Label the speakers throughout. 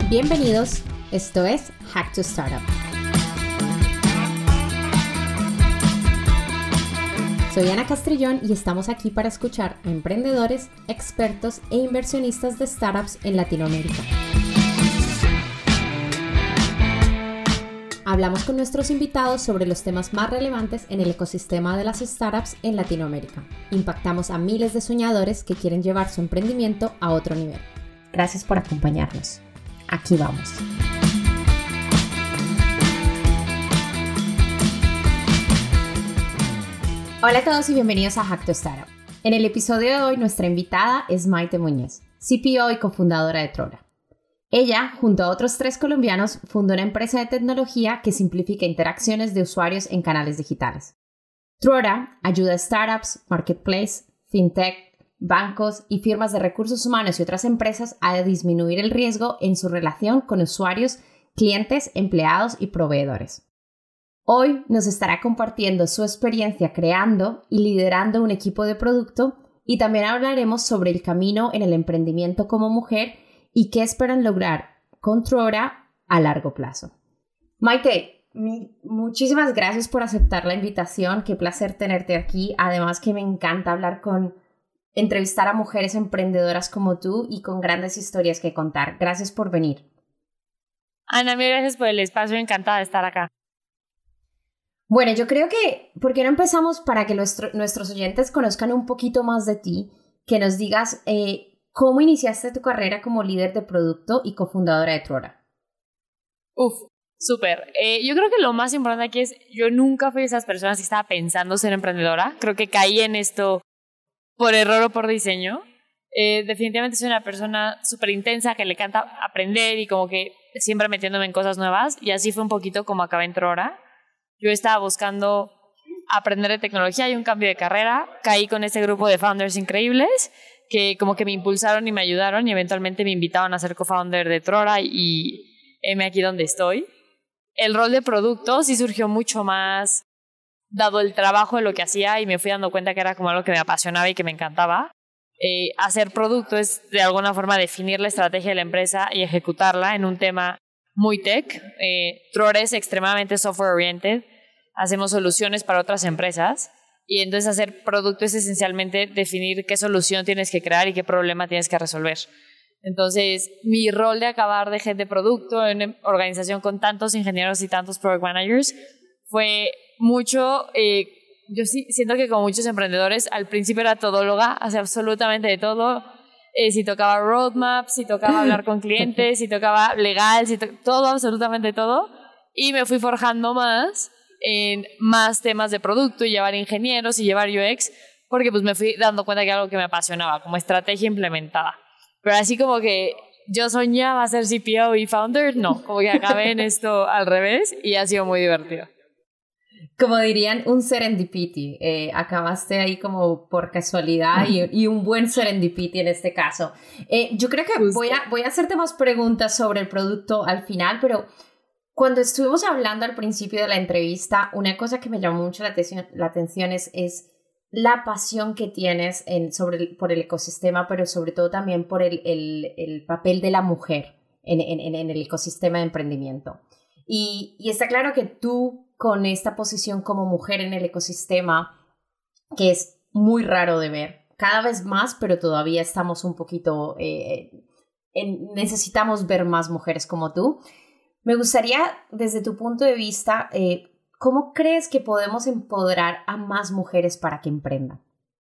Speaker 1: Bienvenidos, esto es Hack to Startup. Soy Ana Castrillón y estamos aquí para escuchar a emprendedores, expertos e inversionistas de startups en Latinoamérica. Hablamos con nuestros invitados sobre los temas más relevantes en el ecosistema de las startups en Latinoamérica. Impactamos a miles de soñadores que quieren llevar su emprendimiento a otro nivel. Gracias por acompañarnos. Aquí vamos. Hola a todos y bienvenidos a Hack to Startup. En el episodio de hoy nuestra invitada es Maite Muñez, CPO y cofundadora de Trora. Ella, junto a otros 3 colombianos, fundó una empresa de tecnología que simplifica interacciones de usuarios en canales digitales. Trora ayuda a startups, marketplace, fintech, bancos y firmas de recursos humanos y otras empresas a disminuir el riesgo en su relación con usuarios, clientes, empleados y proveedores. Hoy nos estará compartiendo su experiencia creando y liderando un equipo de producto y también hablaremos sobre el camino en el emprendimiento como mujer y qué esperan lograr con Trora a largo plazo. Maite, muchísimas gracias por aceptar la invitación. Qué placer tenerte aquí. Además que me encanta entrevistar a mujeres emprendedoras como tú y con grandes historias que contar. Gracias por venir.
Speaker 2: Ana, mil gracias por el espacio. Encantada de estar acá.
Speaker 1: Bueno, yo creo que, ¿por qué no empezamos para que nuestros oyentes conozcan un poquito más de ti? Que nos digas cómo iniciaste tu carrera como líder de producto y cofundadora de Trora.
Speaker 2: Súper. Yo creo que lo más importante aquí es, yo nunca fui de esas personas que estaba pensando ser emprendedora. Creo que caí en esto por error o por diseño. Definitivamente soy una persona súper intensa que le encanta aprender y como que siempre metiéndome en cosas nuevas. Y así fue un poquito como acabé en Trora. Yo estaba buscando aprender de tecnología y un cambio de carrera. Caí con este grupo de founders increíbles que como que me impulsaron y me ayudaron y eventualmente me invitaron a ser co-founder de Trora y heme aquí donde estoy. El rol de producto sí surgió mucho más dado el trabajo de lo que hacía y me fui dando cuenta que era como algo que me apasionaba y que me encantaba. Hacer producto es de alguna forma definir la estrategia de la empresa y ejecutarla en un tema muy tech. Trora es extremadamente software oriented. Hacemos soluciones para otras empresas y entonces hacer producto es esencialmente definir qué solución tienes que crear y qué problema tienes que resolver. Entonces, mi rol de acabar de head de producto en una organización con tantos ingenieros y tantos product managers fue mucho. Yo sí siento que como muchos emprendedores, al principio era todóloga, hacía absolutamente de todo. Si tocaba roadmap, si tocaba hablar con clientes, si tocaba legal, todo, absolutamente todo. Y me fui forjando más en más temas de producto y llevar ingenieros y llevar UX, porque pues me fui dando cuenta que era algo que me apasionaba, como estrategia implementada. Pero así como que yo soñaba ser CPO y founder, no, como que acabé en esto al revés y ha sido muy divertido.
Speaker 1: Como dirían, un serendipity. Acabaste ahí como por casualidad y un buen serendipity en este caso. Yo creo que voy a hacerte más preguntas sobre el producto al final, pero cuando estuvimos hablando al principio de la entrevista, una cosa que me llamó mucho la atención es la pasión que tienes por el ecosistema, pero sobre todo también por el papel de la mujer en el ecosistema de emprendimiento. Y está claro que tú, con esta posición como mujer en el ecosistema, que es muy raro de ver, cada vez más, pero todavía estamos un poquito, necesitamos ver más mujeres como tú. Me gustaría, desde tu punto de vista, ¿cómo crees que podemos empoderar a más mujeres para que emprendan?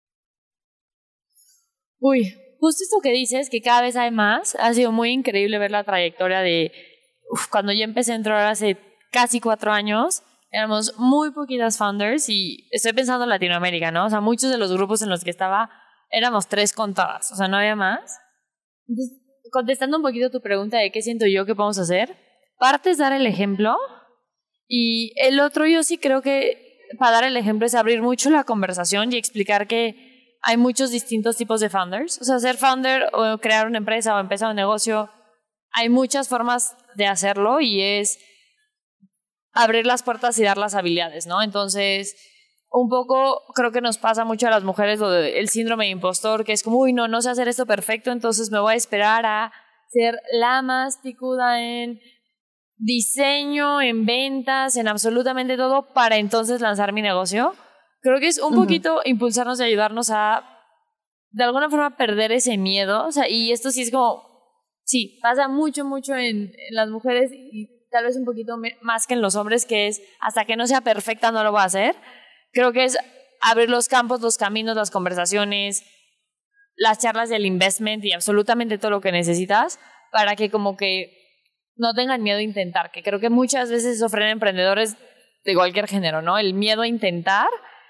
Speaker 2: Justo esto que dices, que cada vez hay más, ha sido muy increíble ver la trayectoria de cuando yo empecé a entrar hace casi 4 años. Éramos muy poquitas founders y estoy pensando en Latinoamérica, ¿no? O sea, muchos de los grupos en los que estaba éramos 3 contadas, o sea, no había más. Entonces, contestando un poquito tu pregunta de qué siento yo que podemos hacer, parte es dar el ejemplo y el otro yo sí creo que para dar el ejemplo es abrir mucho la conversación y explicar que hay muchos distintos tipos de founders. O sea, ser founder o crear una empresa o empezar un negocio, hay muchas formas de hacerlo y es abrir las puertas y dar las habilidades, ¿no? Entonces, un poco creo que nos pasa mucho a las mujeres el síndrome de impostor, que es como, no sé hacer esto perfecto, entonces me voy a esperar a ser la más picuda en diseño, en ventas, en absolutamente todo para entonces lanzar mi negocio. Creo que es un poquito impulsarnos y ayudarnos a, de alguna forma, perder ese miedo. O sea, y esto sí es como, sí, pasa mucho en las mujeres y tal vez un poquito más que en los hombres, que es hasta que no sea perfecta no lo voy a hacer. Creo que es abrir los campos, los caminos, las conversaciones, las charlas del investment y absolutamente todo lo que necesitas para que como que no tengan miedo a intentar, que creo que muchas veces eso frena emprendedores de cualquier género, ¿no? El miedo a intentar,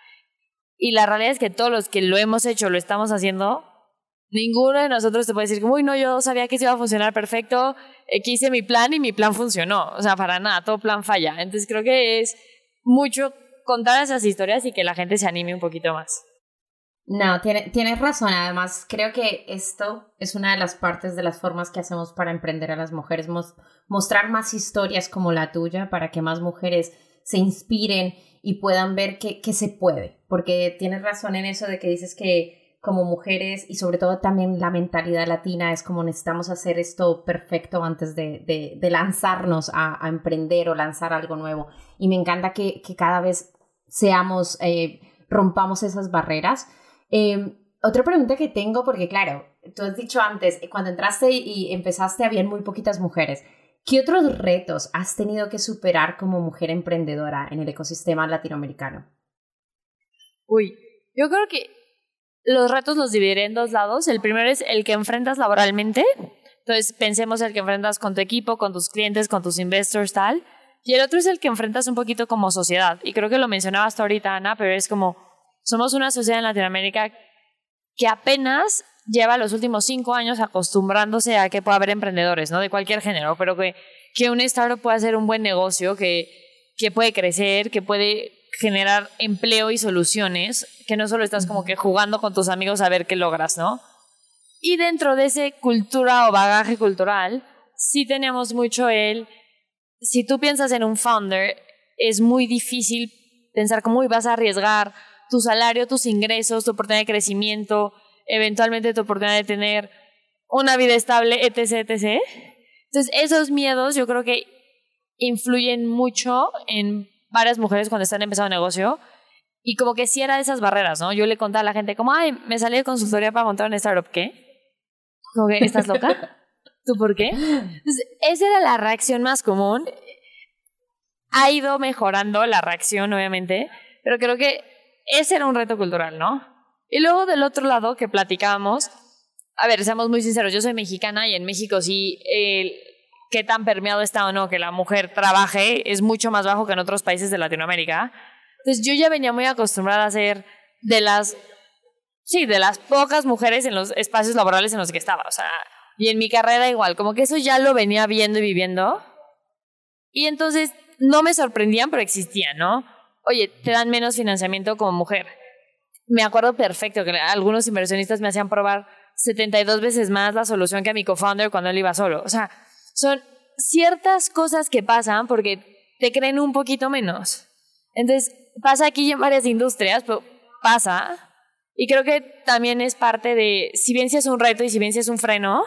Speaker 2: y la realidad es que todos los que lo hemos hecho, lo estamos haciendo, ninguno de nosotros te puede decir como, uy, no, yo sabía que eso iba a funcionar perfecto, que hice mi plan y mi plan funcionó. O sea, para nada, todo plan falla. Entonces creo que es mucho contar esas historias y que la gente se anime un poquito más.
Speaker 1: No, tienes razón. Además, creo que esto es una de las partes de las formas que hacemos para emprender a las mujeres, mostrar más historias como la tuya para que más mujeres se inspiren y puedan ver que se puede. Porque tienes razón en eso de que dices que como mujeres y sobre todo también la mentalidad latina es como necesitamos hacer esto perfecto antes de lanzarnos a emprender o lanzar algo nuevo. Y me encanta que cada vez rompamos esas barreras. Otra pregunta que tengo, porque claro, tú has dicho antes, cuando entraste y empezaste habían muy poquitas mujeres. ¿Qué otros retos has tenido que superar como mujer emprendedora en el ecosistema latinoamericano?
Speaker 2: Uy, yo creo que los retos los dividiré en dos lados. El primero es el que enfrentas laboralmente. Entonces pensemos el que enfrentas con tu equipo, con tus clientes, con tus investors, tal. Y el otro es el que enfrentas un poquito como sociedad. Y creo que lo mencionaba hasta ahorita, Ana, pero es como somos una sociedad en Latinoamérica que apenas lleva los últimos 5 años acostumbrándose a que pueda haber emprendedores, ¿no? De cualquier género, pero que un startup pueda hacer un buen negocio, que puede crecer, que puede generar empleo y soluciones, que no solo estás como que jugando con tus amigos a ver qué logras, ¿no? Y dentro de ese cultura o bagaje cultural, sí tenemos mucho si tú piensas en un founder, es muy difícil pensar cómo vas a arriesgar tu salario, tus ingresos, tu oportunidad de crecimiento, eventualmente tu oportunidad de tener una vida estable, etc., etc. Entonces, esos miedos yo creo que influyen mucho en varias mujeres cuando están empezando un negocio y como que sí era de esas barreras, ¿no? Yo le contaba a la gente como, ay, me salí de consultoría para montar una startup, ¿qué? Como que, ¿estás loca? ¿Tú por qué? Entonces, esa era la reacción más común. Ha ido mejorando la reacción, obviamente, pero creo que ese era un reto cultural, ¿no? Y luego del otro lado que platicábamos, a ver, seamos muy sinceros, yo soy mexicana y en México sí, qué tan permeado está o no que la mujer trabaje es mucho más bajo que en otros países de Latinoamérica. Entonces yo ya venía muy acostumbrada a ser de las pocas mujeres en los espacios laborales en los que estaba, o sea, y en mi carrera igual, como que eso ya lo venía viendo y viviendo. Y entonces no me sorprendían, pero existían, ¿no? Oye, te dan menos financiamiento como mujer. Me acuerdo perfecto que algunos inversionistas me hacían probar 72 veces más la solución que a mi co-founder cuando él iba solo. O sea, son ciertas cosas que pasan porque te creen un poquito menos. Entonces, pasa aquí en varias industrias, pero pasa. Y creo que también es parte de, si bien si es un reto y si bien si es un freno,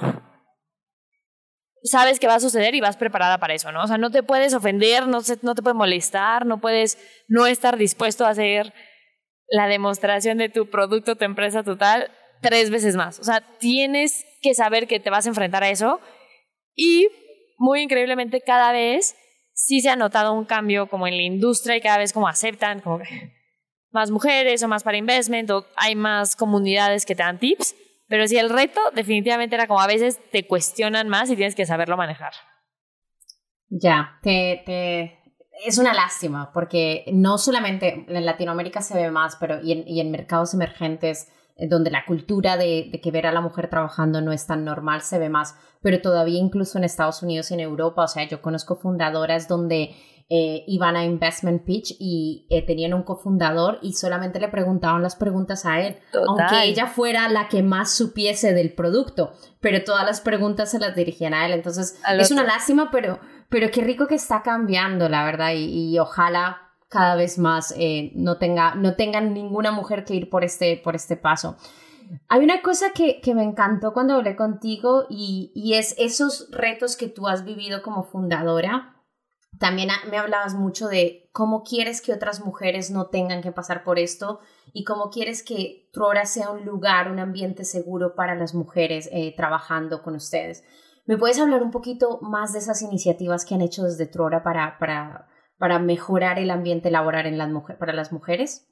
Speaker 2: sabes que va a suceder y vas preparada para eso, ¿no? O sea, no te puedes ofender, no te puedes molestar, no puedes no estar dispuesto a hacer la demostración de tu producto, tu empresa, tu tal, 3 veces más. O sea, tienes que saber que te vas a enfrentar a eso y muy increíblemente cada vez sí se ha notado un cambio como en la industria y cada vez como aceptan como que más mujeres o más para investment o hay más comunidades que te dan tips. Pero sí, el reto definitivamente era como a veces te cuestionan más y tienes que saberlo manejar.
Speaker 1: Ya, es una lástima porque no solamente en Latinoamérica se ve más, pero y en mercados emergentes donde la cultura de que ver a la mujer trabajando no es tan normal se ve más, pero todavía incluso en Estados Unidos y en Europa, o sea, yo conozco fundadoras donde iban a investment pitch y tenían un cofundador y solamente le preguntaban las preguntas a él. Total. Aunque ella fuera la que más supiese del producto, pero todas las preguntas se las dirigían a él. Entonces es una lástima, pero qué rico que está cambiando, la verdad, y ojalá cada vez más no tengan ninguna mujer que ir por este paso. Hay una cosa que me encantó cuando hablé contigo y es esos retos que tú has vivido como fundadora. También me hablabas mucho de cómo quieres que otras mujeres no tengan que pasar por esto y cómo quieres que Trora sea un lugar, un ambiente seguro para las mujeres trabajando con ustedes. ¿Me puedes hablar un poquito más de esas iniciativas que han hecho desde Trora para mejorar el ambiente laboral para las mujeres?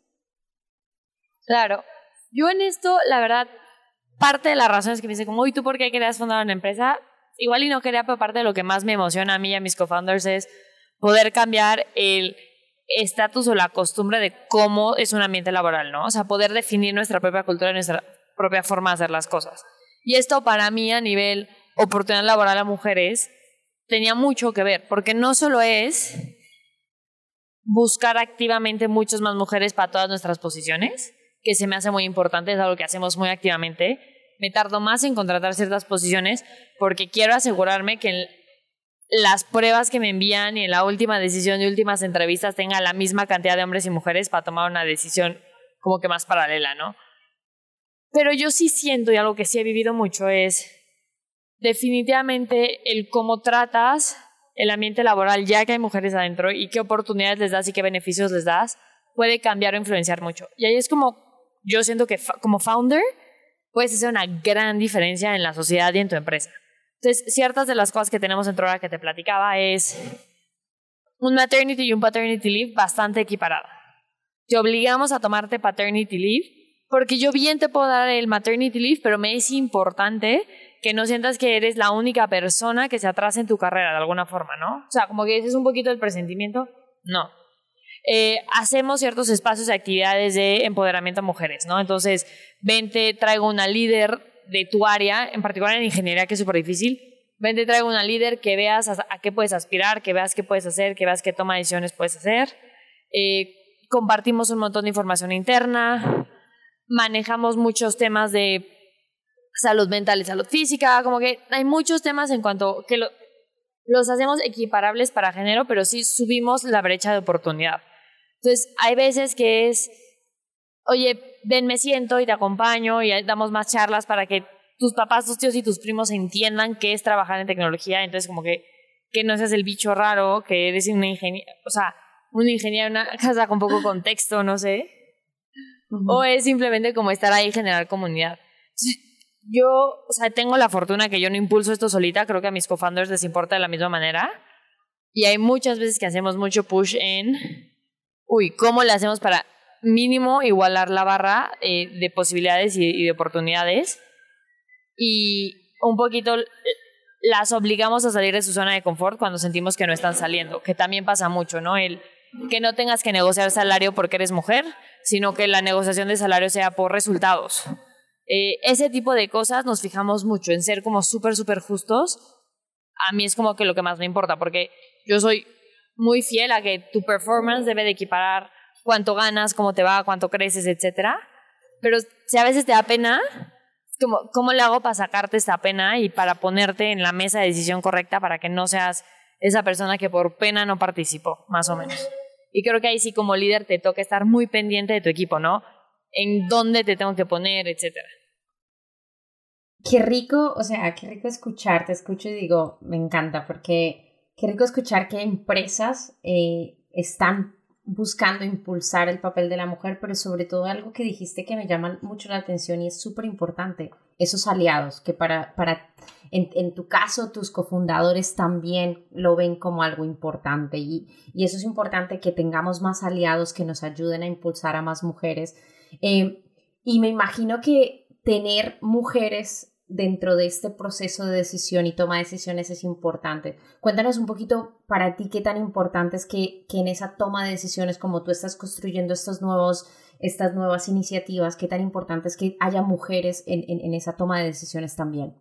Speaker 2: Claro. Yo en esto, la verdad, parte de las razones que me dice como, ¿y tú por qué querías fundar una empresa? Igual y no quería, pero parte de lo que más me emociona a mí y a mis co-founders es poder cambiar el estatus o la costumbre de cómo es un ambiente laboral, ¿no? O sea, poder definir nuestra propia cultura y nuestra propia forma de hacer las cosas. Y esto para mí a nivel oportunidad laboral a mujeres tenía mucho que ver, porque no solo es buscar activamente muchas más mujeres para todas nuestras posiciones, que se me hace muy importante, es algo que hacemos muy activamente. Me tardo más en contratar ciertas posiciones porque quiero asegurarme que en las pruebas que me envían y en la última decisión y últimas entrevistas tenga la misma cantidad de hombres y mujeres para tomar una decisión como que más paralela, ¿no? Pero yo sí siento, y algo que sí he vivido mucho, es definitivamente el cómo tratas el ambiente laboral ya que hay mujeres adentro y qué oportunidades les das y qué beneficios les das, puede cambiar o influenciar mucho. Y ahí es como, yo siento que como founder puedes hacer una gran diferencia en la sociedad y en tu empresa. Entonces, ciertas de las cosas que tenemos en Trora que te platicaba es un maternity y un paternity leave bastante equiparado. Te obligamos a tomarte paternity leave porque yo bien te puedo dar el maternity leave, pero me es importante que no sientas que eres la única persona que se atrasa en tu carrera de alguna forma, ¿no? O sea, como que ese es un poquito el presentimiento. No. Hacemos ciertos espacios de actividades de empoderamiento a mujeres, ¿no? Entonces, vente, traigo una líder de tu área, en particular en ingeniería, que es súper difícil. Vente, traigo una líder que veas a qué puedes aspirar, que veas qué puedes hacer, que veas qué toma de decisiones puedes hacer. Compartimos un montón de información interna, manejamos muchos temas de salud mental y salud física, como que hay muchos temas en cuanto que los hacemos equiparables para género, pero sí subimos la brecha de oportunidad. Entonces, hay veces que es, oye, ven, me siento y te acompaño y damos más charlas para que tus papás, tus tíos y tus primos entiendan qué es trabajar en tecnología. Entonces, como que no seas el bicho raro, que eres una ingeniera, o sea, una ingeniera en una casa con poco contexto, no sé. O es simplemente como estar ahí y generar comunidad. Yo, o sea, tengo la fortuna que yo no impulso esto solita, creo que a mis co-founders les importa de la misma manera. Y hay muchas veces que hacemos mucho push en, ¿cómo le hacemos para mínimo igualar la barra de posibilidades y de oportunidades? Y un poquito las obligamos a salir de su zona de confort cuando sentimos que no están saliendo, que también pasa mucho, ¿no? El que no tengas que negociar salario porque eres mujer, sino que la negociación de salario sea por resultados. Ese tipo de cosas nos fijamos mucho en ser como súper, súper justos. A mí es como que lo que más me importa, porque yo soy muy fiel a que tu performance debe de equiparar cuánto ganas, cómo te va, cuánto creces, etcétera. Pero si a veces te da pena, ¿cómo le hago para sacarte esta pena y para ponerte en la mesa de decisión correcta para que no seas esa persona que por pena no participó, más o menos? Y creo que ahí sí como líder te toca estar muy pendiente de tu equipo, ¿no? En dónde te tengo que poner, etcétera.
Speaker 1: Qué rico, o sea, qué rico escuchar, te escucho y digo, me encanta, porque qué rico escuchar que empresas están buscando impulsar el papel de la mujer, pero sobre todo algo que dijiste que me llama mucho la atención y es súper importante, esos aliados, que en tu caso tus cofundadores también lo ven como algo importante y eso es importante, que tengamos más aliados que nos ayuden a impulsar a más mujeres. Y me imagino que tener mujeres dentro de este proceso de decisión y toma de decisiones es importante. Cuéntanos un poquito para ti qué tan importante es que en esa toma de decisiones, como tú estás construyendo estas nuevas iniciativas, qué tan importante es que haya mujeres en esa toma de decisiones también.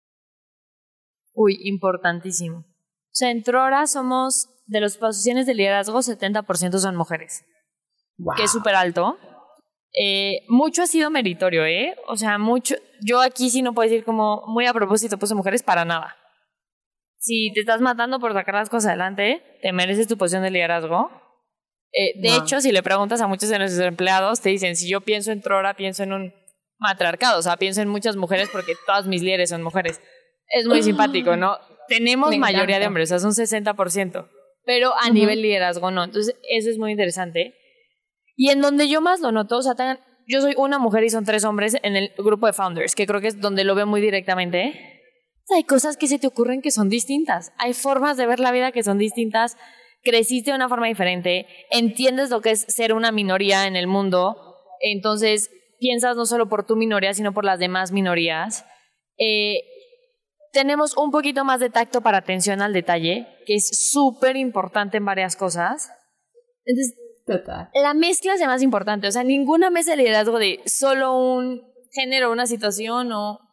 Speaker 2: Importantísimo. O sea, en Trora somos, de las posiciones de liderazgo, 70% son mujeres. Wow. Que es súper alto. Mucho ha sido meritorio, o sea, mucho. Yo aquí sí no puedo decir como muy a propósito puse mujeres, para nada. Si te estás matando por sacar las cosas adelante, te mereces tu posición de liderazgo. De hecho, si le preguntas a muchos de nuestros empleados, te dicen, si yo pienso en Trora, pienso en un matriarcado. O sea, pienso en muchas mujeres porque todas mis líderes son mujeres. Es muy simpático, ¿no? Tenemos mayoría de hombres, o sea, son 60%. Pero a nivel liderazgo no. Entonces, eso es muy interesante. Y en donde yo más lo noto, o sea, yo soy una mujer y son 3 hombres en el grupo de founders, que creo que es donde lo veo muy directamente. Hay cosas que se te ocurren que son distintas. Hay formas de ver la vida que son distintas. Creciste de una forma diferente. Entiendes lo que es ser una minoría en el mundo. Entonces, piensas no solo por tu minoría, sino por las demás minorías. Tenemos un poquito más de tacto para atención al detalle, que es súper importante en varias cosas. Entonces,
Speaker 1: total.
Speaker 2: La mezcla es la más importante. O sea, ninguna mesa de liderazgo de solo un género, una situación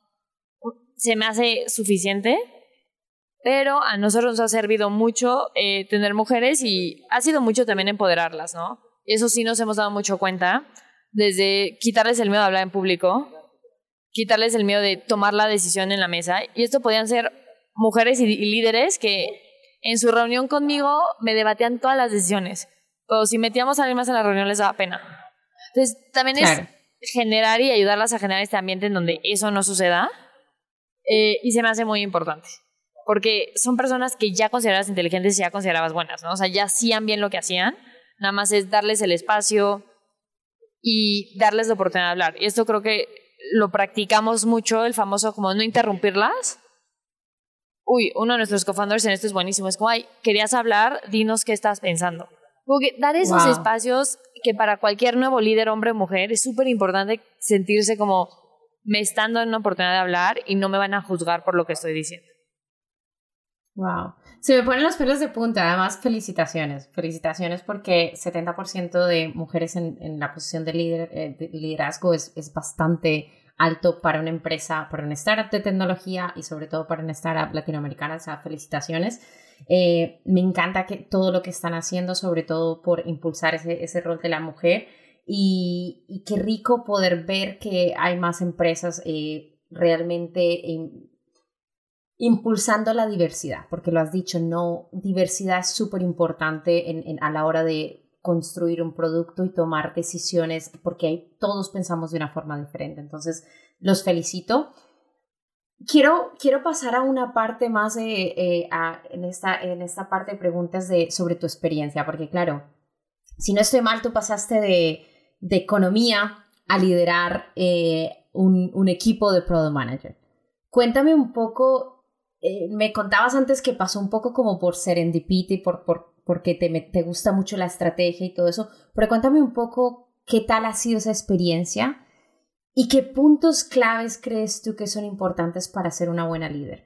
Speaker 2: se me hace suficiente. Pero a nosotros nos ha servido mucho tener mujeres y ha sido mucho también empoderarlas, ¿no? Y eso sí nos hemos dado mucho cuenta. Desde quitarles el miedo de hablar en público, quitarles el miedo de tomar la decisión en la mesa. Y esto podían ser mujeres y líderes que en su reunión conmigo me debatían todas las decisiones. Pero si metíamos a alguien más en la reunión les daba pena. Entonces también es generar y ayudarlas a generar este ambiente en donde eso no suceda. Y se me hace muy importante. Porque son personas que ya considerabas inteligentes y ya considerabas buenas, ¿no? O sea, ya hacían bien lo que hacían. Nada más es darles el espacio y darles la oportunidad de hablar. Y esto creo que lo practicamos mucho, el famoso como no interrumpirlas. Uno de nuestros co-founders en esto es buenísimo. Es como, querías hablar, dinos qué estás pensando. Porque dar esos espacios que para cualquier nuevo líder, hombre o mujer, es súper importante sentirse como me están dando una oportunidad de hablar y no me van a juzgar por lo que estoy diciendo.
Speaker 1: Wow. Se me ponen los pelos de punta. Además, felicitaciones. Felicitaciones porque 70% de mujeres en la posición de liderazgo es bastante alto para una empresa, para una startup de tecnología y sobre todo para una startup latinoamericana. O sea, felicitaciones. Me encanta todo lo que están haciendo, sobre todo por impulsar ese rol de la mujer. Y qué rico poder ver que hay más empresas realmente impulsando la diversidad, porque lo has dicho, no, diversidad es súper importante a la hora de construir un producto y tomar decisiones, porque todos pensamos de una forma diferente. Entonces, los felicito. Quiero pasar a una parte más en esta parte de preguntas sobre tu experiencia, porque claro, si no estoy mal, tú pasaste de economía a liderar un equipo de product manager. Cuéntame un poco. Me contabas antes que pasó un poco como por serendipity, porque te gusta mucho la estrategia y todo eso, pero cuéntame un poco qué tal ha sido esa experiencia y qué puntos claves crees tú que son importantes para ser una buena líder.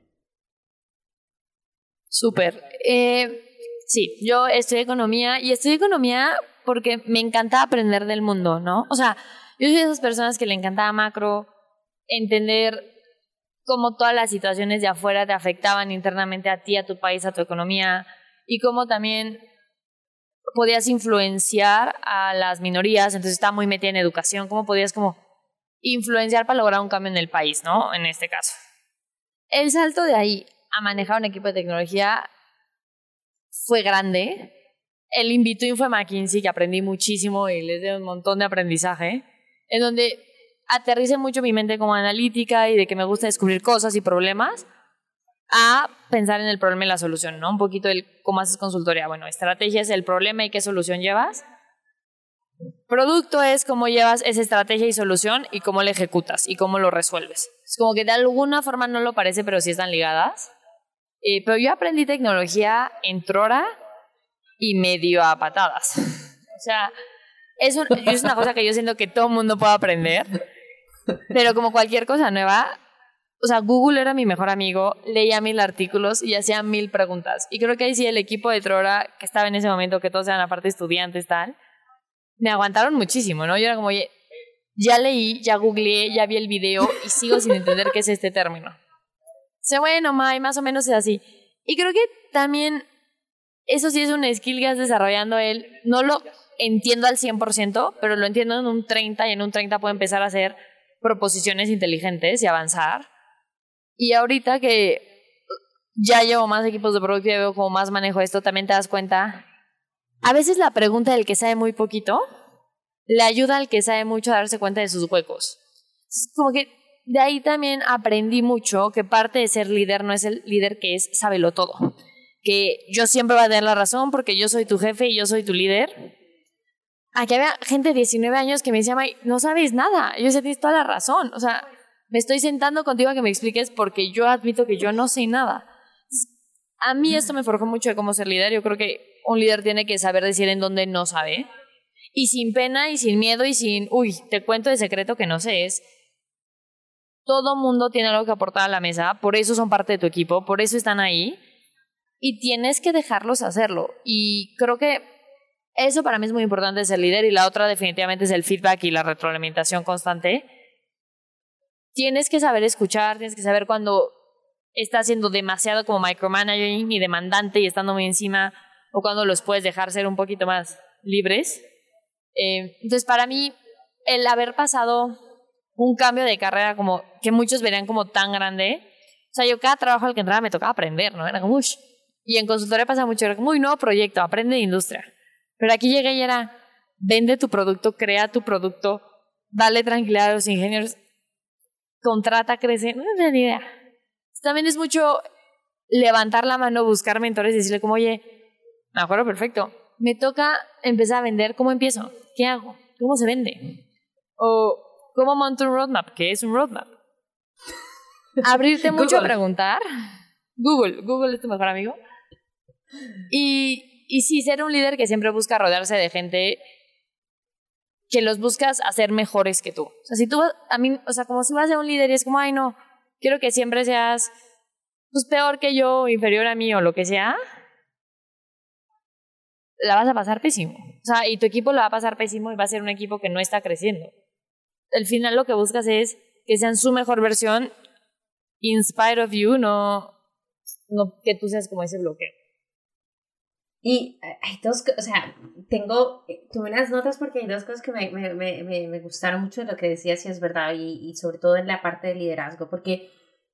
Speaker 2: Súper. Sí, yo estudié economía y estudié economía porque me encanta aprender del mundo, ¿no? O sea, yo soy de esas personas que le encantaba macro, entender cómo todas las situaciones de afuera te afectaban internamente a ti, a tu país, a tu economía, y cómo también podías influenciar a las minorías. Entonces estaba muy metida en educación, cómo podías como influenciar para lograr un cambio en el país, ¿no? En este caso. El salto de ahí a manejar un equipo de tecnología fue grande. El in-between fue McKinsey, que aprendí muchísimo y les dio un montón de aprendizaje, en donde aterricé mucho mi mente como analítica y de que me gusta descubrir cosas y problemas a pensar en el problema y la solución, ¿no? Un poquito el cómo haces consultoría. Bueno, estrategia es el problema y qué solución llevas. Producto es cómo llevas esa estrategia y solución y cómo la ejecutas y cómo lo resuelves. Es como que de alguna forma no lo parece, pero sí están ligadas. Pero yo aprendí tecnología en Trora y medio a patadas. O sea, es una cosa que yo siento que todo el mundo puede aprender. Pero como cualquier cosa nueva, o sea, Google era mi mejor amigo, leía 1000 artículos y hacía 1000 preguntas. Y creo que ahí sí el equipo de Trora, que estaba en ese momento, que todos eran aparte estudiantes, tal, me aguantaron muchísimo, ¿no? Yo era como, oye, ya leí, ya googleé, ya vi el video y sigo sin entender qué es este término. O sea, bueno, más o menos es así. Y creo que también eso sí es un skill que vas desarrollando él. No lo entiendo al 100%, pero lo entiendo en un 30% y en un 30% puedo empezar a hacer proposiciones inteligentes y avanzar. Y ahorita que ya llevo más equipos de producto y veo como más manejo esto, también te das cuenta, a veces la pregunta del que sabe muy poquito le ayuda al que sabe mucho a darse cuenta de sus huecos. Es como que de ahí también aprendí mucho que parte de ser líder no es el líder que es sábelo todo. Que yo siempre voy a tener la razón porque yo soy tu jefe y yo soy tu líder. Aquí había gente de 19 años que me decía, May, no sabes nada. Yo sé, tienes toda la razón. O sea, me estoy sentando contigo a que me expliques porque yo admito que yo no sé nada. A mí esto me forjó mucho de cómo ser líder. Yo creo que un líder tiene que saber decir en dónde no sabe. Y sin pena y sin miedo y sin, te cuento de secreto que no sé, es todo mundo tiene algo que aportar a la mesa, por eso son parte de tu equipo, por eso están ahí y tienes que dejarlos hacerlo. Y creo que eso para mí es muy importante de ser líder y la otra definitivamente es el feedback y la retroalimentación constante. Tienes que saber escuchar, tienes que saber cuando estás siendo demasiado como micromanaging y demandante y estando muy encima o cuando los puedes dejar ser un poquito más libres. Entonces para mí el haber pasado un cambio de carrera como que muchos verían como tan grande, o sea, yo cada trabajo al que entraba me tocaba aprender, ¿no? Era como, uff. Y en consultoría pasa mucho, era como, nuevo proyecto, aprende de industria. Pero aquí llegué y era, vende tu producto, crea tu producto, dale tranquilidad a los ingenieros, contrata, crece, no tengo ni idea. También es mucho levantar la mano, buscar mentores y decirle como, oye, me acuerdo perfecto, me toca empezar a vender, ¿cómo empiezo? ¿Qué hago? ¿Cómo se vende? O ¿cómo monto un roadmap? ¿Qué es un roadmap? Abrirte mucho a preguntar. Google es tu mejor amigo. Y sí, ser un líder que siempre busca rodearse de gente que los buscas hacer mejores que tú. O sea, si tú, como si vas a ser un líder y es como, ay no, quiero que siempre seas pues peor que yo, inferior a mí o lo que sea, la vas a pasar pésimo. O sea, y tu equipo la va a pasar pésimo y va a ser un equipo que no está creciendo. Al final lo que buscas es que sean su mejor versión in spite of you, no que tú seas como ese bloqueo.
Speaker 1: Y hay tuve unas notas porque hay dos cosas que me gustaron mucho de lo que decías y es verdad, y sobre todo en la parte de liderazgo, porque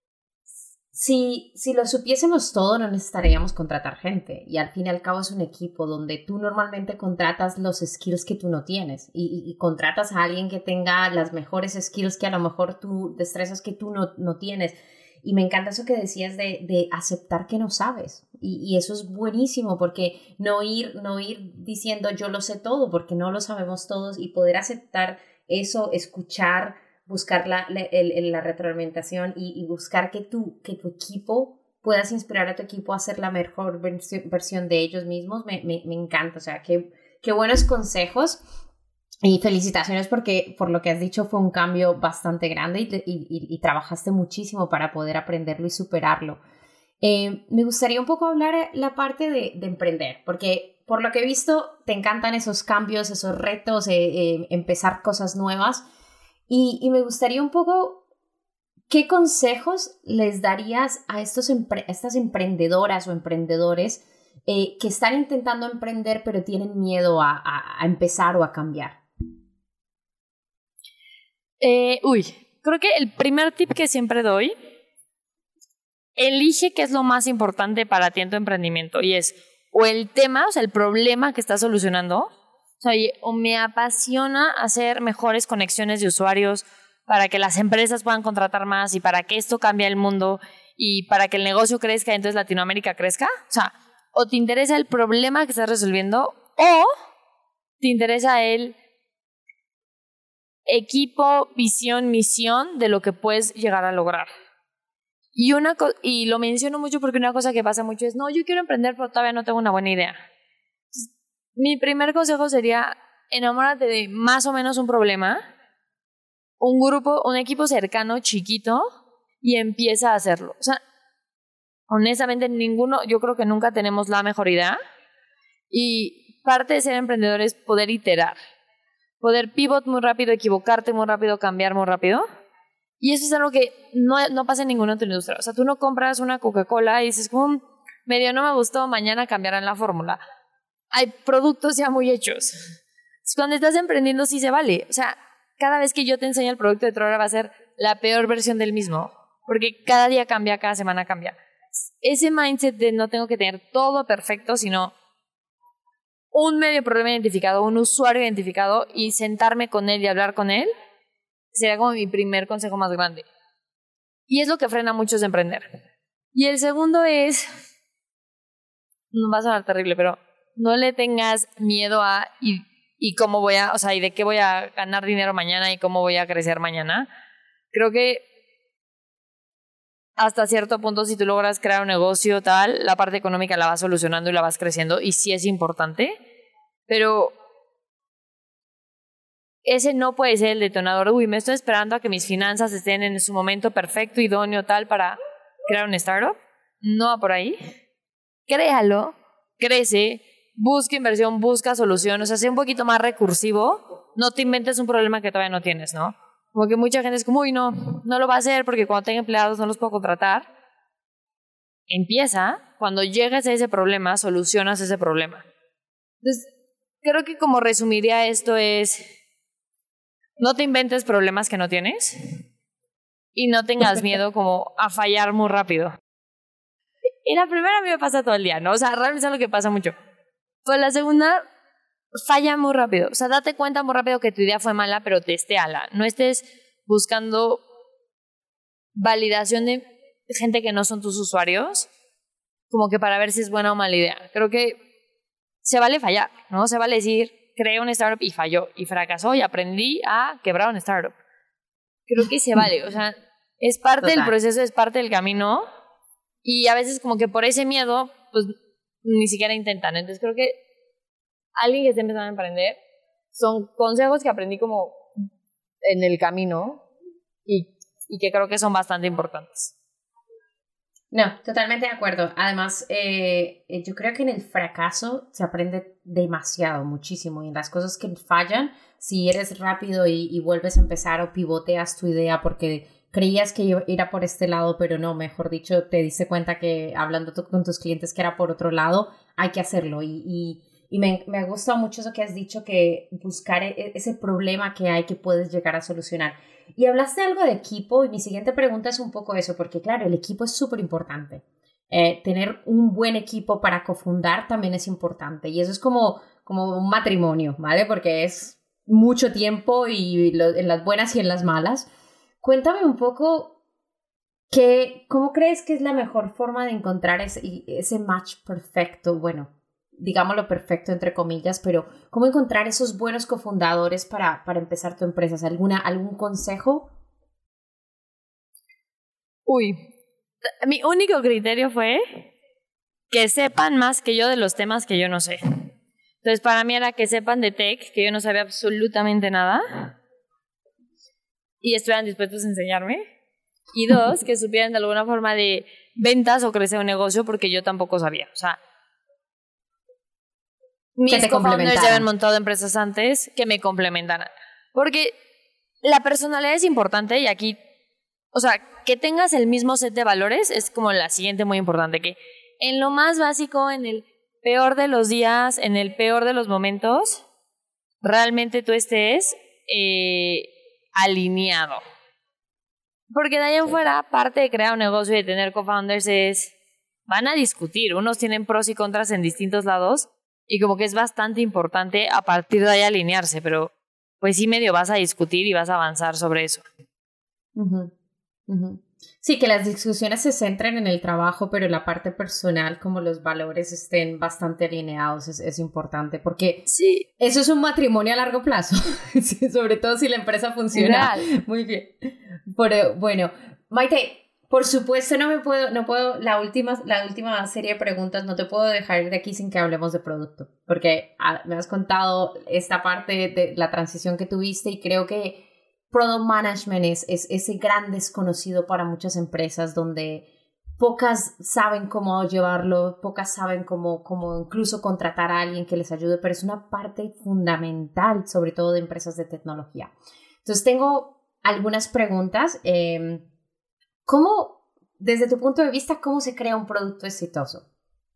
Speaker 1: si lo supiésemos todo no necesitaríamos contratar gente y al fin y al cabo es un equipo donde tú normalmente contratas los skills que tú no tienes y contratas a alguien que tenga las mejores skills que a lo mejor tú, destrezas que tú no tienes. Y me encanta eso que decías de aceptar que no sabes. Y eso es buenísimo porque no ir diciendo yo lo sé todo porque no lo sabemos todos y poder aceptar eso, escuchar, buscar la retroalimentación y buscar que tu equipo puedas inspirar a tu equipo a ser la mejor versión de ellos mismos. Me encanta. O sea, qué buenos consejos. Y felicitaciones porque por lo que has dicho fue un cambio bastante grande y trabajaste muchísimo para poder aprenderlo y superarlo. Me gustaría un poco hablar la parte de emprender, porque por lo que he visto te encantan esos cambios, esos retos, empezar cosas nuevas y me gustaría un poco ¿qué consejos les darías a estas emprendedoras o emprendedores que están intentando emprender pero tienen miedo a empezar o a cambiar?
Speaker 2: Creo que el primer tip que siempre doy, elige qué es lo más importante para ti en tu emprendimiento y es o el tema, o sea, el problema que estás solucionando, o me apasiona hacer mejores conexiones de usuarios para que las empresas puedan contratar más y para que esto cambie el mundo y para que el negocio crezca y entonces Latinoamérica crezca. O sea, o te interesa el problema que estás resolviendo o te interesa el equipo, visión, misión de lo que puedes llegar a lograr. Y lo menciono mucho porque una cosa que pasa mucho es, no, yo quiero emprender pero todavía no tengo una buena idea. Entonces, mi primer consejo sería, enamórate de más o menos un problema, un equipo cercano, chiquito, y empieza a hacerlo. O sea, honestamente yo creo que nunca tenemos la mejor idea y parte de ser emprendedor es poder iterar. Poder pivot muy rápido, equivocarte muy rápido, cambiar muy rápido. Y eso es algo que no pasa en ninguna otra industria. O sea, tú no compras una Coca-Cola y dices, como medio no me gustó, mañana cambiarán la fórmula. Hay productos ya muy hechos. Cuando estás emprendiendo sí se vale. O sea, cada vez que yo te enseño el producto de Trora va a ser la peor versión del mismo. Porque cada día cambia, cada semana cambia. Ese mindset de no tengo que tener todo perfecto, sino un medio problema identificado, un usuario identificado y sentarme con él y hablar con él, Sería como mi primer consejo más grande. Y es lo que frena a muchos de emprender. Y el segundo es, no va a sonar terrible, pero no le tengas miedo a y cómo voy a, o sea, y de qué voy a ganar dinero mañana y cómo voy a crecer mañana. Creo que hasta cierto punto, si tú logras crear un negocio tal, la parte económica la vas solucionando y la vas creciendo, y sí es importante, pero ese no puede ser el detonador. Uy, me estoy esperando a que mis finanzas estén en su momento perfecto, idóneo, tal, para crear un startup. No va por ahí. Créalo, crece, busca inversión, busca solución, o sea, sé un poquito más recursivo, no te inventes un problema que todavía no tienes, ¿no? Como que mucha gente es como, uy, no lo va a hacer porque cuando tenga empleados no los puedo contratar. Empieza, cuando llegues a ese problema, solucionas ese problema. Entonces, creo que como resumiría esto es, no te inventes problemas que no tienes y no tengas miedo como a fallar muy rápido. Y la primera a mí me pasa todo el día, ¿no? O sea, realmente es lo que pasa mucho. Pues la segunda, falla muy rápido. O sea, date cuenta muy rápido que tu idea fue mala, pero testéala. No estés buscando validación de gente que no son tus usuarios, como que para ver si es buena o mala idea. Creo que se vale fallar, ¿no? Se vale decir, creé una startup y falló, y fracasó, y aprendí a quebrar una startup. Creo que se vale, o sea, es parte del proceso, es parte del camino, y a veces como que por ese miedo, pues ni siquiera intentan. Entonces creo que alguien que esté empezando a emprender, son consejos que aprendí como en el camino y que creo que son bastante importantes.
Speaker 1: No, totalmente de acuerdo. Además, yo creo que en el fracaso se aprende demasiado, muchísimo. Y en las cosas que fallan, si eres rápido y vuelves a empezar o pivoteas tu idea porque creías que era por este lado, pero no, mejor dicho, te diste cuenta que hablando con tus clientes que era por otro lado, hay que hacerlo. Y me ha gustado mucho eso que has dicho, que buscar ese problema que hay que puedes llegar a solucionar. Y hablaste algo de equipo, y mi siguiente pregunta es un poco eso, porque claro, el equipo es súper importante. Tener un buen equipo para cofundar también es importante, y eso es como un matrimonio, ¿vale? Porque es mucho tiempo y en las buenas y en las malas. Cuéntame un poco, ¿cómo crees que es la mejor forma de encontrar ese match perfecto? Bueno, digámoslo perfecto entre comillas, pero ¿cómo encontrar esos buenos cofundadores para empezar tu empresa? ¿Algún consejo?
Speaker 2: Uy, mi único criterio fue que sepan más que yo de los temas que yo no sé. Entonces para mí era que sepan de tech, que yo no sabía absolutamente nada, y estuvieran dispuestos a enseñarme. Y dos, que supieran de alguna forma de ventas o crecer un negocio, porque yo tampoco sabía. O sea, mis co-founders ya habían montado empresas antes que me complementaran. Porque la personalidad es importante, y aquí, o sea, que tengas el mismo set de valores es como la siguiente muy importante, que en lo más básico, en el peor de los días, en el peor de los momentos, realmente tú estés alineado. Porque de ahí en fuera, parte de crear un negocio y de tener co-founders van a discutir. Unos tienen pros y contras en distintos lados, y como que es bastante importante a partir de ahí alinearse, pero pues sí medio vas a discutir y vas a avanzar sobre eso.
Speaker 1: Uh-huh. Uh-huh. Sí, que las discusiones se centren en el trabajo, pero la parte personal, como los valores estén bastante alineados, es importante, porque
Speaker 2: sí,
Speaker 1: eso es un matrimonio a largo plazo, sobre todo si la empresa funciona.
Speaker 2: Real.
Speaker 1: Muy bien. Pero, bueno, Maite, por supuesto no puedo, la última serie de preguntas, no te puedo dejar ir de aquí sin que hablemos de producto, porque me has contado esta parte de la transición que tuviste, y creo que product management es ese gran desconocido para muchas empresas, donde pocas saben cómo llevarlo, pocas saben cómo incluso contratar a alguien que les ayude, pero es una parte fundamental, sobre todo de empresas de tecnología. Entonces tengo algunas preguntas. Desde tu punto de vista, ¿cómo se crea un producto exitoso?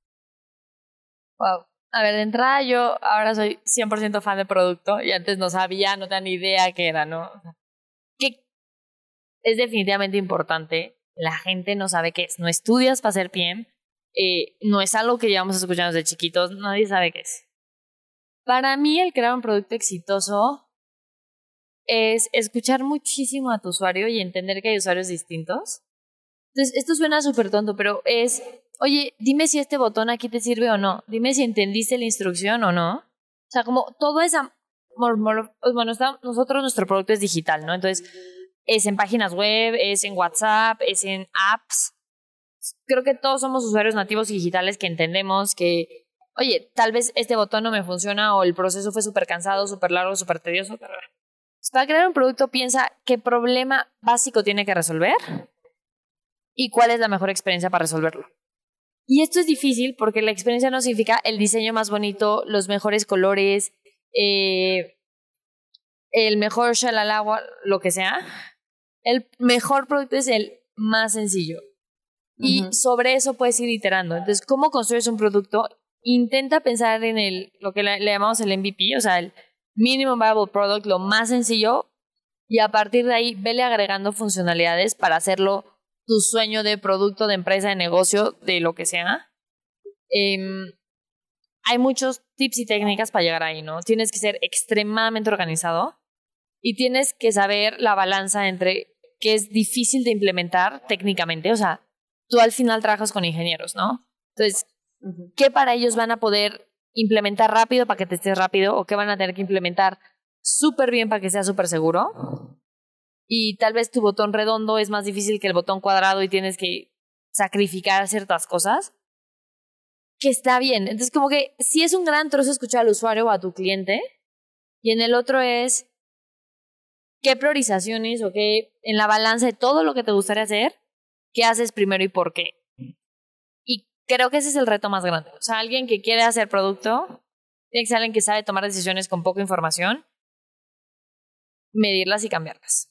Speaker 2: Wow. A ver, de entrada yo ahora soy 100% fan de producto, y antes no sabía, no tenía ni idea qué era, ¿no? Que es definitivamente importante. La gente no sabe qué es. No estudias para ser PM. No es algo que llevamos escuchando desde chiquitos. Nadie sabe qué es. Para mí, el crear un producto exitoso es escuchar muchísimo a tu usuario y entender que hay usuarios distintos. Entonces, esto suena súper tonto, pero es, oye, dime si este botón aquí te sirve o no. Dime si entendiste la instrucción o no. O sea, como todo esa... Bueno, nosotros nuestro producto es digital, ¿no? Entonces, es en páginas web, es en WhatsApp, es en apps. Creo que todos somos usuarios nativos digitales que entendemos que, oye, tal vez este botón no me funciona o el proceso fue súper cansado, súper largo, súper tedioso. Pero para crear un producto, piensa qué problema básico tiene que resolver y cuál es la mejor experiencia para resolverlo. Y esto es difícil porque la experiencia no significa el diseño más bonito, los mejores colores, el mejor shalala, lo que sea. El mejor producto es el más sencillo. Y sobre eso puedes ir iterando. Entonces, ¿cómo construyes un producto? Intenta pensar en lo que le llamamos el MVP, o sea, el Minimum Viable Product, lo más sencillo, y a partir de ahí vele agregando funcionalidades para hacerlo tu sueño de producto, de empresa, de negocio, de lo que sea. Hay muchos tips y técnicas para llegar ahí, ¿no? Tienes que ser extremadamente organizado y tienes que saber la balanza entre que es difícil de implementar técnicamente. O sea, tú al final trabajas con ingenieros, ¿no? Entonces, ¿qué para ellos van a poder implementar rápido para que te estés rápido o qué van a tener que implementar súper bien para que sea súper seguro? Y tal vez tu botón redondo es más difícil que el botón cuadrado y tienes que sacrificar ciertas cosas. Que está bien. Entonces, como que sí es un gran trozo escuchar al usuario o a tu cliente. Y en el otro es qué priorizaciones o qué en la balanza de todo lo que te gustaría hacer, qué haces primero y por qué. Y creo que ese es el reto más grande. O sea, alguien que quiere hacer producto, tiene que ser alguien que sabe tomar decisiones con poca información, medirlas y cambiarlas.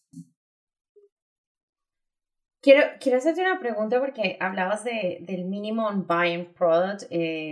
Speaker 1: Quiero hacerte una pregunta porque hablabas del minimum buying product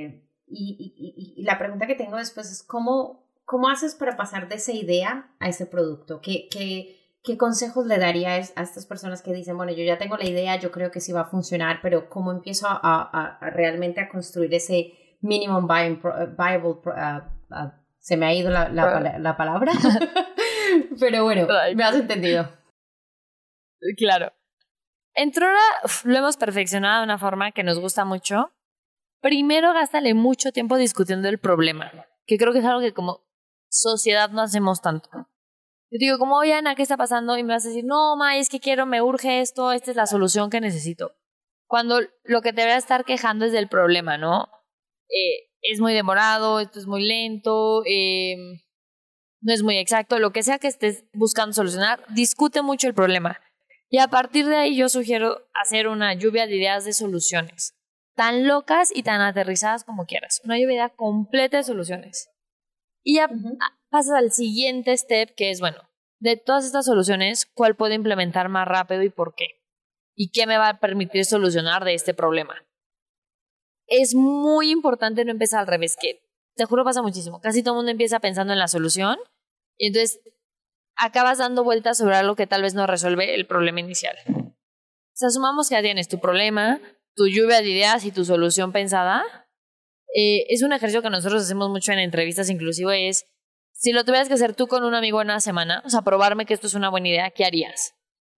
Speaker 1: y la pregunta que tengo después es ¿cómo haces para pasar de esa idea a ese producto? ¿Qué consejos le darías a estas personas que dicen, bueno, yo ya tengo la idea, yo creo que sí va a funcionar, pero ¿cómo empiezo a realmente a construir ese minimum viable se me ha ido la palabra, pero bueno, me has entendido.
Speaker 2: Claro. En Trora lo hemos perfeccionado de una forma que nos gusta mucho. Primero, gástale mucho tiempo discutiendo el problema, que creo que es algo que como sociedad no hacemos tanto. Yo digo, como, oye, Ana, ¿qué está pasando? Y me vas a decir, no, ma, es que me urge esto, esta es la solución que necesito. Cuando lo que te voy a estar quejando es del problema, ¿no? Es muy demorado, esto es muy lento, no es muy exacto, lo que sea que estés buscando solucionar, discute mucho el problema. Y a partir de ahí yo sugiero hacer una lluvia de ideas de soluciones, tan locas y tan aterrizadas como quieras. Una lluvia de ideas completa de soluciones. Y ya pasas al siguiente step, que es, bueno, de todas estas soluciones, ¿cuál puedo implementar más rápido y por qué? ¿Y qué me va a permitir solucionar de este problema? Es muy importante no empezar al revés, que te juro pasa muchísimo. Casi todo el mundo empieza pensando en la solución y entonces acabas dando vueltas sobre algo que tal vez no resuelve el problema inicial. O sea, asumamos que ya tienes tu problema, tu lluvia de ideas y tu solución pensada. Es un ejercicio que nosotros hacemos mucho en entrevistas, inclusive es, si lo tuvieras que hacer tú con un amigo en una semana, o sea, probarme que esto es una buena idea, ¿qué harías?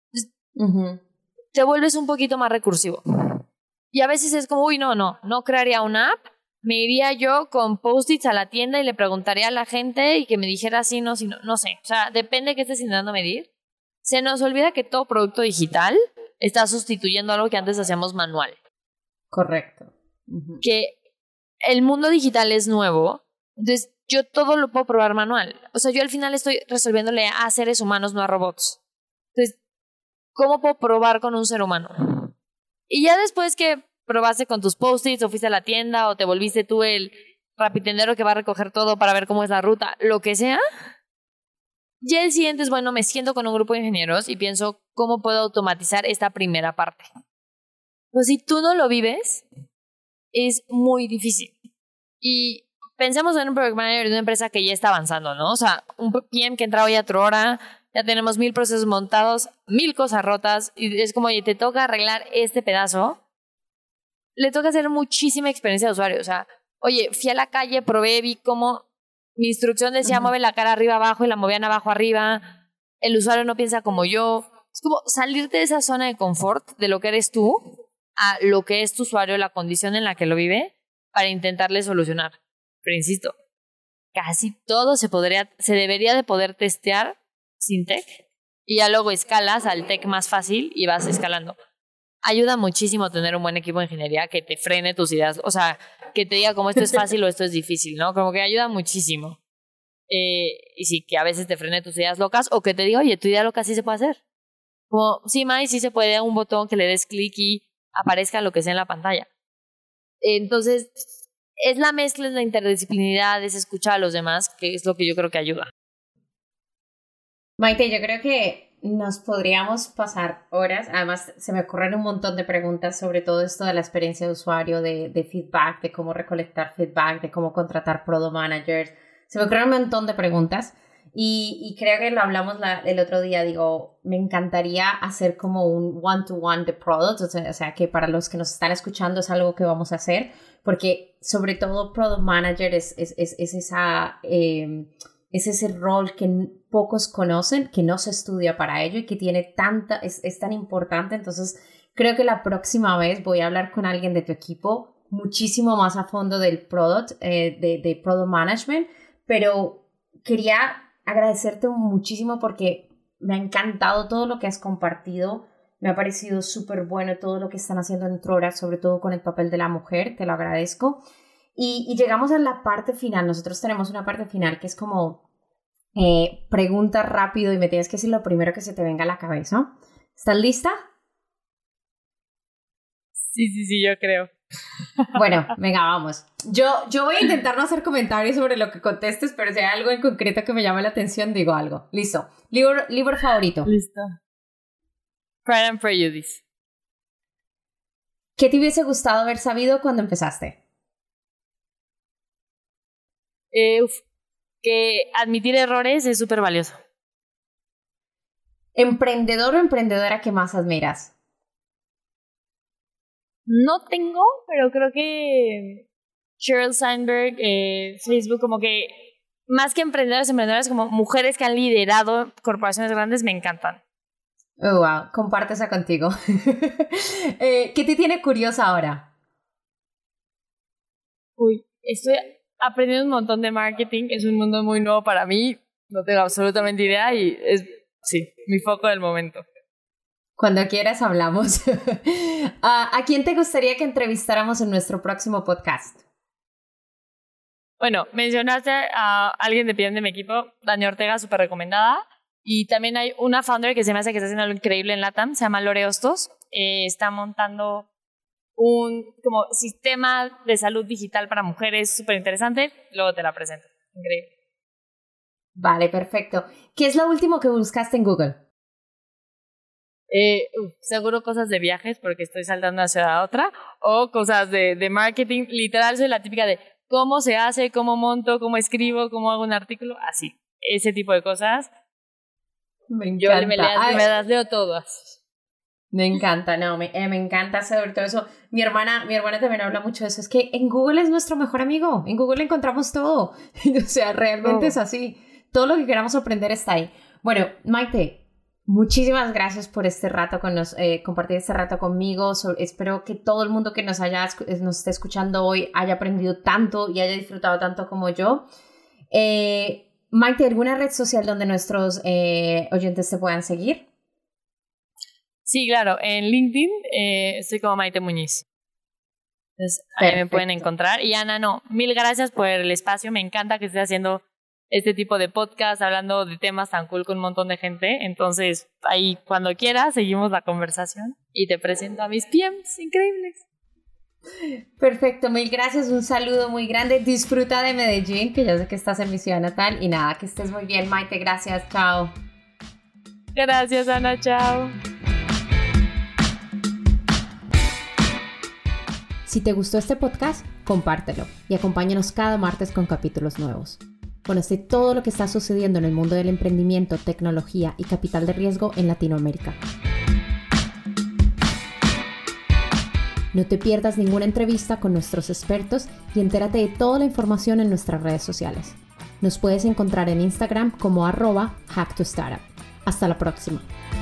Speaker 2: Te vuelves un poquito más recursivo. Y a veces es como, uy, no crearía una app, me iría yo con post-its a la tienda y le preguntaría a la gente y que me dijera sí, no sé. O sea, depende de qué estés intentando medir. Se nos olvida que todo producto digital está sustituyendo algo que antes hacíamos manual.
Speaker 1: Correcto.
Speaker 2: Que el mundo digital es nuevo, entonces yo todo lo puedo probar manual. O sea, yo al final estoy resolviéndole a seres humanos, no a robots. Entonces, ¿cómo puedo probar con un ser humano? Y ya después que probaste con tus post-its o fuiste a la tienda o te volviste tú el rapitendero que va a recoger todo para ver cómo es la ruta, lo que sea, ya el siguiente es, bueno, me siento con un grupo de ingenieros y pienso cómo puedo automatizar esta primera parte. Pues si tú no lo vives, es muy difícil. Y pensemos en un project manager de una empresa que ya está avanzando, ¿no? O sea, un PM que entra hoy a Trora, ya tenemos 1000 procesos montados, 1000 cosas rotas, y es como, oye, te toca arreglar este pedazo. Le toca hacer muchísima experiencia de usuario. O sea, oye, fui a la calle, probé, vi cómo mi instrucción decía mueve la cara arriba abajo y la movían abajo arriba. el usuario no piensa como yo. Es como salirte de esa zona de confort de lo que eres tú a lo que es tu usuario, la condición en la que lo vive, para intentarle solucionar. Pero insisto, casi todo se debería de poder testear sin tech, y ya luego escalas al tech más fácil y vas escalando. Ayuda muchísimo tener un buen equipo de ingeniería que te frene tus ideas, o sea, que te diga como esto es fácil o esto es difícil, ¿no? Como que ayuda muchísimo. Y sí, que a veces te frene tus ideas locas, o que te diga, oye, tu idea loca sí se puede hacer. Como, sí, Mai, sí se puede, un botón que le des clic y aparezca lo que sea en la pantalla. Entonces, es la mezcla, es la interdisciplinaridad, es escuchar a los demás, que es lo que yo creo que ayuda.
Speaker 1: Maite, yo creo que nos podríamos pasar horas. Además, se me ocurren un montón de preguntas sobre todo esto de la experiencia de usuario, de feedback, de cómo recolectar feedback, de cómo contratar product managers. Se me ocurren un montón de preguntas. Y creo que lo hablamos el otro día, digo, me encantaría hacer como un one-to-one de product, o sea, que para los que nos están escuchando es algo que vamos a hacer, porque sobre todo product manager es ese rol que pocos conocen, que no se estudia para ello y que tiene es tan importante. Entonces creo que la próxima vez voy a hablar con alguien de tu equipo muchísimo más a fondo del product, de product management, pero quería agradecerte muchísimo porque me ha encantado todo lo que has compartido. Me ha parecido súper bueno todo lo que están haciendo en Trora, sobre todo con el papel de la mujer, te lo agradezco. Y llegamos a la parte final. Nosotros tenemos una parte final que es como preguntas rápido y me tienes que decir lo primero que se te venga a la cabeza. ¿Estás lista?
Speaker 2: Sí, yo creo.
Speaker 1: Bueno, venga, vamos. Yo voy a intentar no hacer comentarios sobre lo que contestes, pero si hay algo en concreto que me llame la atención, digo algo. Listo. ¿Libro favorito?
Speaker 2: Listo. Pride and Prejudice.
Speaker 1: ¿Qué te hubiese gustado haber sabido cuando empezaste?
Speaker 2: Que admitir errores es súper valioso.
Speaker 1: ¿Emprendedor o emprendedora que más admiras?
Speaker 2: No tengo, pero creo que Sheryl Sandberg, Facebook, como que más que emprendedoras como mujeres que han liderado corporaciones grandes, me encantan.
Speaker 1: Oh, wow, comparto esa contigo. ¿Qué te tiene curiosa ahora?
Speaker 2: Estoy aprendiendo un montón de marketing, es un mundo muy nuevo para mí, no tengo absolutamente idea y es, sí, mi foco del momento.
Speaker 1: Cuando quieras hablamos. ¿A quién te gustaría que entrevistáramos en nuestro próximo podcast?
Speaker 2: Bueno, mencionaste a alguien de PM de mi equipo, Dani Ortega, súper recomendada. Y también hay una founder que se me hace que está haciendo algo increíble en LATAM, se llama Lore Hostos. Está montando un como sistema de salud digital para mujeres súper interesante. Luego te la presento. Increíble.
Speaker 1: Vale, perfecto. ¿Qué es lo último que buscaste en Google?
Speaker 2: Seguro cosas de viajes porque estoy saltando de una ciudad a otra, o cosas de marketing. Literal soy la típica de cómo se hace, cómo monto, cómo escribo, cómo hago un artículo, así, ese tipo de cosas.
Speaker 1: Me encanta.
Speaker 2: Yo me las leo todas.
Speaker 1: Me encanta, no, me encanta sobre todo eso. Mi hermana también habla mucho de eso. Es que en Google es nuestro mejor amigo. En Google encontramos todo. O sea, realmente es así. Todo lo que queramos aprender está ahí. Bueno, Maite, muchísimas gracias por este rato compartir este rato conmigo. Espero que todo el mundo que nos esté escuchando hoy haya aprendido tanto y haya disfrutado tanto como yo. Maite, ¿alguna red social donde nuestros oyentes te puedan seguir?
Speaker 2: Sí, claro. En LinkedIn estoy como Maite Muñiz. Entonces, ahí me pueden encontrar. Y Ana, mil gracias por el espacio. Me encanta que estés haciendo este tipo de podcast, hablando de temas tan cool con un montón de gente. Entonces, ahí cuando quieras, seguimos la conversación y te presento a mis PMs increíbles.
Speaker 1: Perfecto, mil gracias, un saludo muy grande. Disfruta de Medellín, que ya sé que estás en mi ciudad natal. Y nada, que estés muy bien, Maite, gracias, chao.
Speaker 2: Gracias, Ana, chao.
Speaker 1: Si te gustó este podcast, compártelo y acompáñanos cada martes con capítulos nuevos. Conoce todo lo que está sucediendo en el mundo del emprendimiento, tecnología y capital de riesgo en Latinoamérica. No te pierdas ninguna entrevista con nuestros expertos y entérate de toda la información en nuestras redes sociales. Nos puedes encontrar en Instagram como @hacktostartup Hasta la próxima.